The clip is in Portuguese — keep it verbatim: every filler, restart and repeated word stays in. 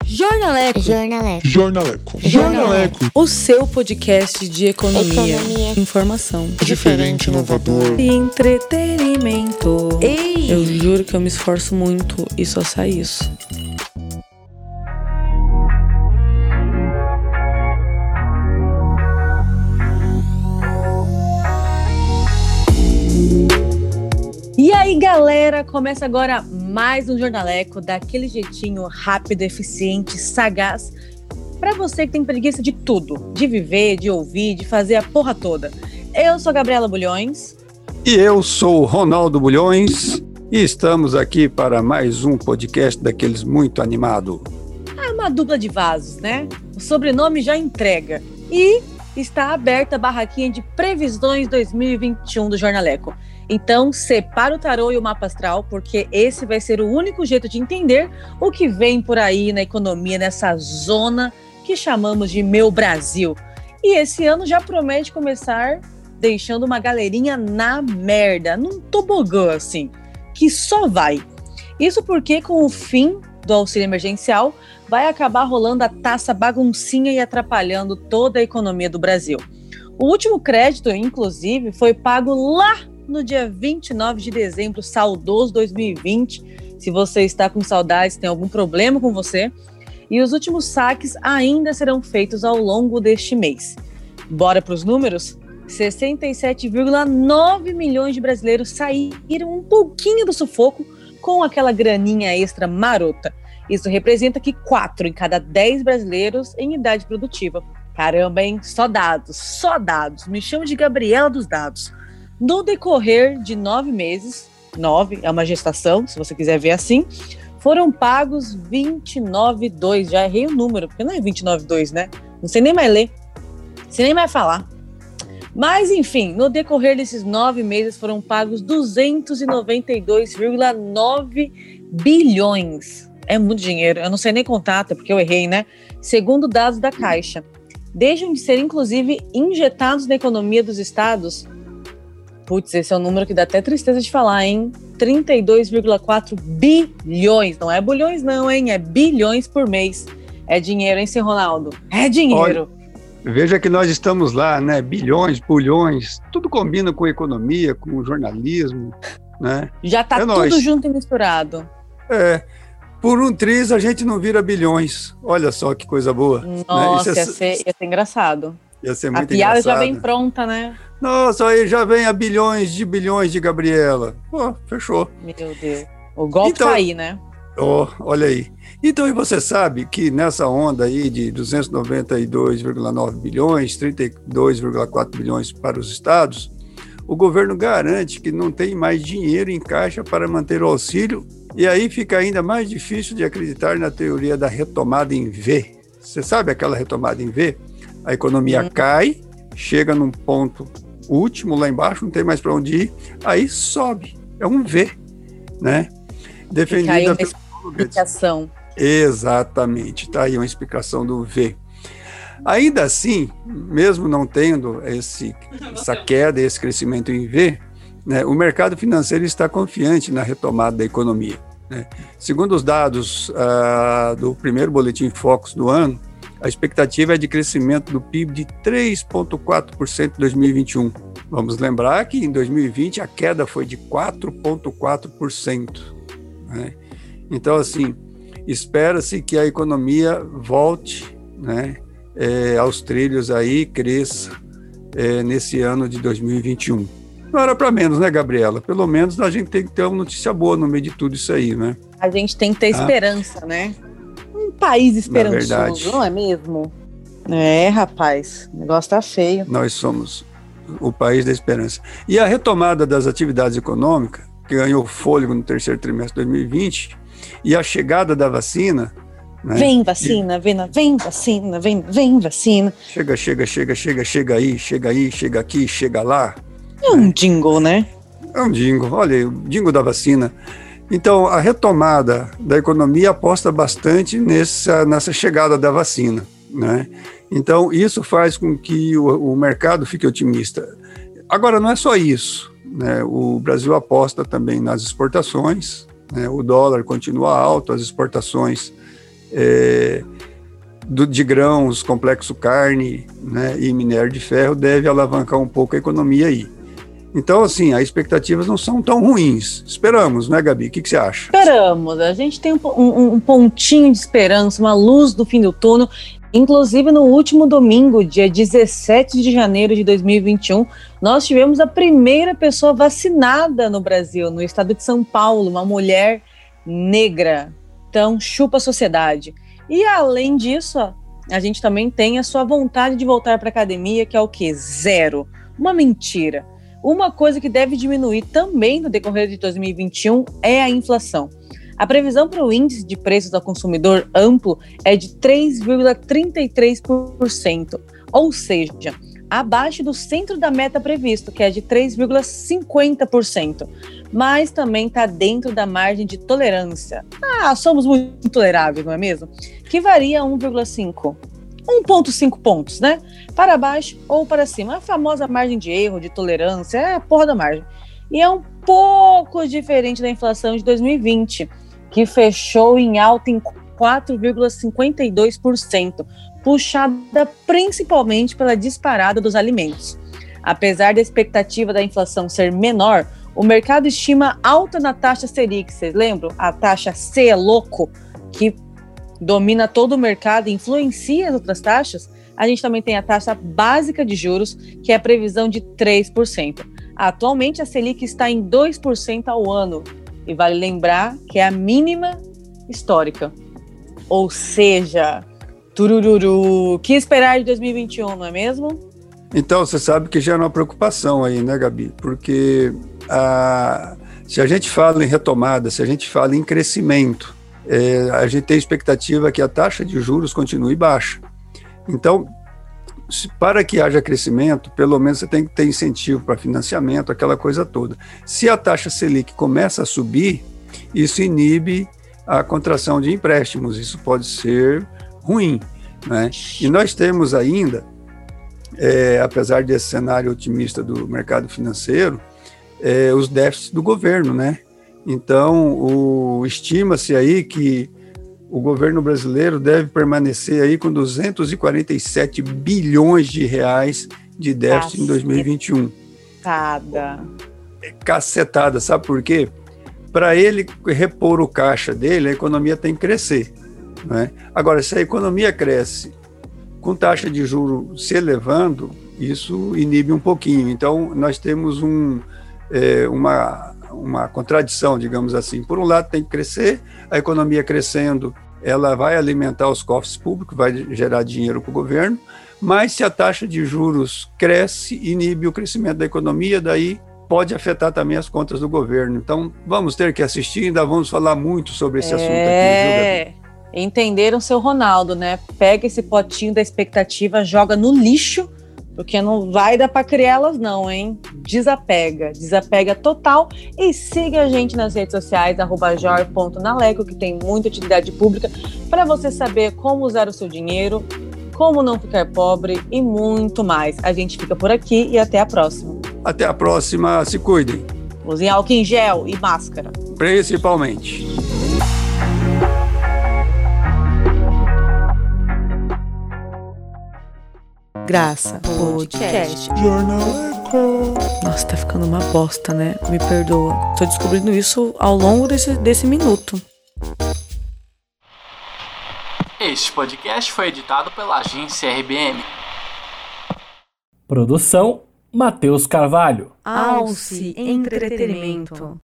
Jornaleco. Jornaleco. Jornaleco. Jornaleco. O seu podcast de economia, Economia. informação, Diferente, inovador. e entretenimento. Ei! Eu juro que eu me esforço muito e só sai isso. E aí, galera, começa agora mais um Jornaleco, daquele jeitinho rápido, eficiente, sagaz, pra você que tem preguiça de tudo, de viver, de ouvir, de fazer a porra toda. Eu sou a Gabriela Bulhões. E eu sou o Ronaldo Bulhões e estamos aqui para mais um podcast daqueles muito animado. É uma dupla de vasos, né? O sobrenome já entrega. E está aberta a barraquinha de previsões dois mil e vinte e um do Jornaleco. Então, separa o tarô e o mapa astral, porque esse vai ser o único jeito de entender o que vem por aí na economia, nessa zona que chamamos de Meu Brasil. E esse ano já promete começar deixando uma galerinha na merda, num tobogã assim, que só vai. Isso porque com o fim do auxílio emergencial, vai acabar rolando a taça baguncinha e atrapalhando toda a economia do Brasil. O último crédito, inclusive, foi pago lá no dia vinte e nove de dezembro, saudoso dois mil e vinte. Se você está com saudades, tem algum problema com você. E os últimos saques ainda serão feitos ao longo deste mês. Bora para os números? sessenta e sete vírgula nove milhões de brasileiros saíram um pouquinho do sufoco com aquela graninha extra marota. Isso representa que quatro em cada dez brasileiros em idade produtiva. Caramba, hein? Só dados, só dados. Me chamo de Gabriela dos Dados. No decorrer de nove meses, nove é uma gestação, se você quiser ver assim, foram pagos vinte e nove vírgula dois. Já errei o número, porque não é vinte e nove vírgula dois, né? Não sei nem mais ler, não sei nem mais falar. Mas, enfim, no decorrer desses nove meses foram pagos duzentos e noventa e dois vírgula nove bilhões. É muito dinheiro, eu não sei nem contar, até porque eu errei, né? Segundo dados da Caixa. Deixam de ser, inclusive, injetados na economia dos estados. Putz, esse é um número que dá até tristeza de falar, hein? trinta e dois vírgula quatro bilhões. Não é bulhões não, hein? É bilhões por mês. É dinheiro, hein, seu Ronaldo? É dinheiro. Olha, veja que nós estamos lá, né? Bilhões, bulhões, tudo combina com economia, com jornalismo, né? Já tá é tudo nóis. junto e misturado. É, por um triz a gente não vira bilhões. Olha só que coisa boa. Nossa, né? ia, ser, ia ser engraçado. Ia ser A muito piada engraçado. já vem pronta, né? Nossa, aí já vem a bilhões de bilhões de Gabriela. Pô, fechou. Meu Deus. O golpe Então, tá aí, né? Oh, olha aí. Então, e você sabe que nessa onda aí de duzentos e noventa e dois vírgula nove bilhões, trinta e dois vírgula quatro bilhões para os estados, o governo garante que não tem mais dinheiro em caixa para manter o auxílio, e aí fica ainda mais difícil de acreditar na teoria da retomada em V. Você sabe aquela retomada em V? A economia hum. cai, chega num ponto último lá embaixo, não tem mais para onde ir, aí sobe. É um V, né? Defendida pela explicação. Exatamente, está aí uma explicação do V. Ainda assim, mesmo não tendo esse, essa queda, esse crescimento em V, né, o mercado financeiro está confiante na retomada da economia. Né? Segundo os dados ah, do primeiro Boletim Focus do ano, a expectativa é de crescimento do P I B de três vírgula quatro por cento em dois mil e vinte e um. Vamos lembrar que em dois mil e vinte a queda foi de quatro vírgula quatro por cento. Né? Então, assim, espera-se que a economia volte, né, é, aos trilhos aí, cresça é, nesse ano de dois mil e vinte e um. Não era para menos, né, Gabriela? Pelo menos a gente tem que ter uma notícia boa no meio de tudo isso aí, né? A gente tem que ter ah. esperança, né? Um país esperançoso, não é mesmo? É, rapaz, o negócio tá feio. Nós somos o país da esperança. E a retomada das atividades econômicas, que ganhou fôlego no terceiro trimestre de dois mil e vinte, e a chegada da vacina... Né? Vem vacina, e... vem, vem vacina, vem, vem vacina. Chega, chega, chega, chega, chega aí, chega aí, chega aqui, chega lá. É um né? jingle, né? É um jingle, olha aí, o jingle da vacina. Então, a retomada da economia aposta bastante nessa, nessa chegada da vacina, né? Então, isso faz com que o, o mercado fique otimista. Agora, não é só isso, né? O Brasil aposta também nas exportações, né? O dólar continua alto, as exportações é, do, de grãos, complexo carne, né, e minério de ferro deve alavancar um pouco a economia aí. Então, assim, as expectativas não são tão ruins. Esperamos, né, Gabi? O que, que você acha? Esperamos. A gente tem um, um, um pontinho de esperança, uma luz do fim do túnel. Inclusive, no último domingo, dia dezessete de janeiro de dois mil e vinte e um, nós tivemos a primeira pessoa vacinada no Brasil, no estado de São Paulo, uma mulher negra. Então, chupa a sociedade. E, além disso, a gente também tem a sua vontade de voltar para a academia, que é o quê? Zero. Uma mentira. Uma coisa que deve diminuir também no decorrer de dois mil e vinte e um é a inflação. A previsão para o índice de preços ao consumidor amplo é de três vírgula trinta e três por cento, ou seja, abaixo do centro da meta previsto, que é de três vírgula cinquenta por cento, mas também está dentro da margem de tolerância. Ah, somos muito toleráveis, não é mesmo? Que varia um vírgula cinco. um vírgula cinco pontos, né? Para baixo ou para cima. A famosa margem de erro, de tolerância, é a porra da margem. E é um pouco diferente da inflação de dois mil e vinte, que fechou em alta em quatro vírgula cinquenta e dois por cento, puxada principalmente pela disparada dos alimentos. Apesar da expectativa da inflação ser menor, o mercado estima alta na taxa Selic. Vocês lembram? A taxa C é louco, que domina todo o mercado e influencia as outras taxas. A gente também tem a taxa básica de juros, que é a previsão de três por cento. Atualmente, a Selic está em dois por cento ao ano. E vale lembrar que é a mínima histórica. Ou seja, turururu, o que esperar de dois mil e vinte e um, não é mesmo? Então, você sabe que já é uma preocupação aí, né, Gabi? Porque a, se a gente fala em retomada, se a gente fala em crescimento, É, a gente tem expectativa que a taxa de juros continue baixa. Então, se, para que haja crescimento, pelo menos você tem que ter incentivo para financiamento, aquela coisa toda. Se a taxa Selic começa a subir, isso inibe a contração de empréstimos, isso pode ser ruim, né? E nós temos ainda, é, apesar desse cenário otimista do mercado financeiro, é, os déficits do governo, né? Então, o, estima-se aí que o governo brasileiro deve permanecer aí com duzentos e quarenta e sete bilhões de reais de déficit Caceta. Em dois mil e vinte e um. Cacetada. É cacetada, sabe por quê? Para ele repor o caixa dele, a economia tem que crescer, né? Agora, se a economia cresce com taxa de juros se elevando, isso inibe um pouquinho. Então, nós temos um, é, uma... uma contradição, digamos assim. Por um lado, tem que crescer, a economia crescendo, ela vai alimentar os cofres públicos, vai gerar dinheiro para o governo, mas se a taxa de juros cresce, inibe o crescimento da economia, daí pode afetar também as contas do governo. Então, vamos ter que assistir, ainda vamos falar muito sobre esse é... assunto aqui, viu, Gabi? Entenderam, seu Ronaldo, né? Pega esse potinho da expectativa, joga no lixo, porque não vai dar para criar elas não, hein? Desapega, desapega total e siga a gente nas redes sociais, arroba jor ponto naleco, que tem muita utilidade pública para você saber como usar o seu dinheiro, como não ficar pobre e muito mais. A gente fica por aqui e até a próxima. Até a próxima, se cuidem. Usem álcool em gel e máscara. Principalmente. Graça Podcast. Jornaleco. Nossa, tá ficando uma bosta, né? Me perdoa. Tô descobrindo isso ao longo desse, desse minuto. Este podcast foi editado pela agência R B M. Produção Matheus Carvalho. Alce Entretenimento.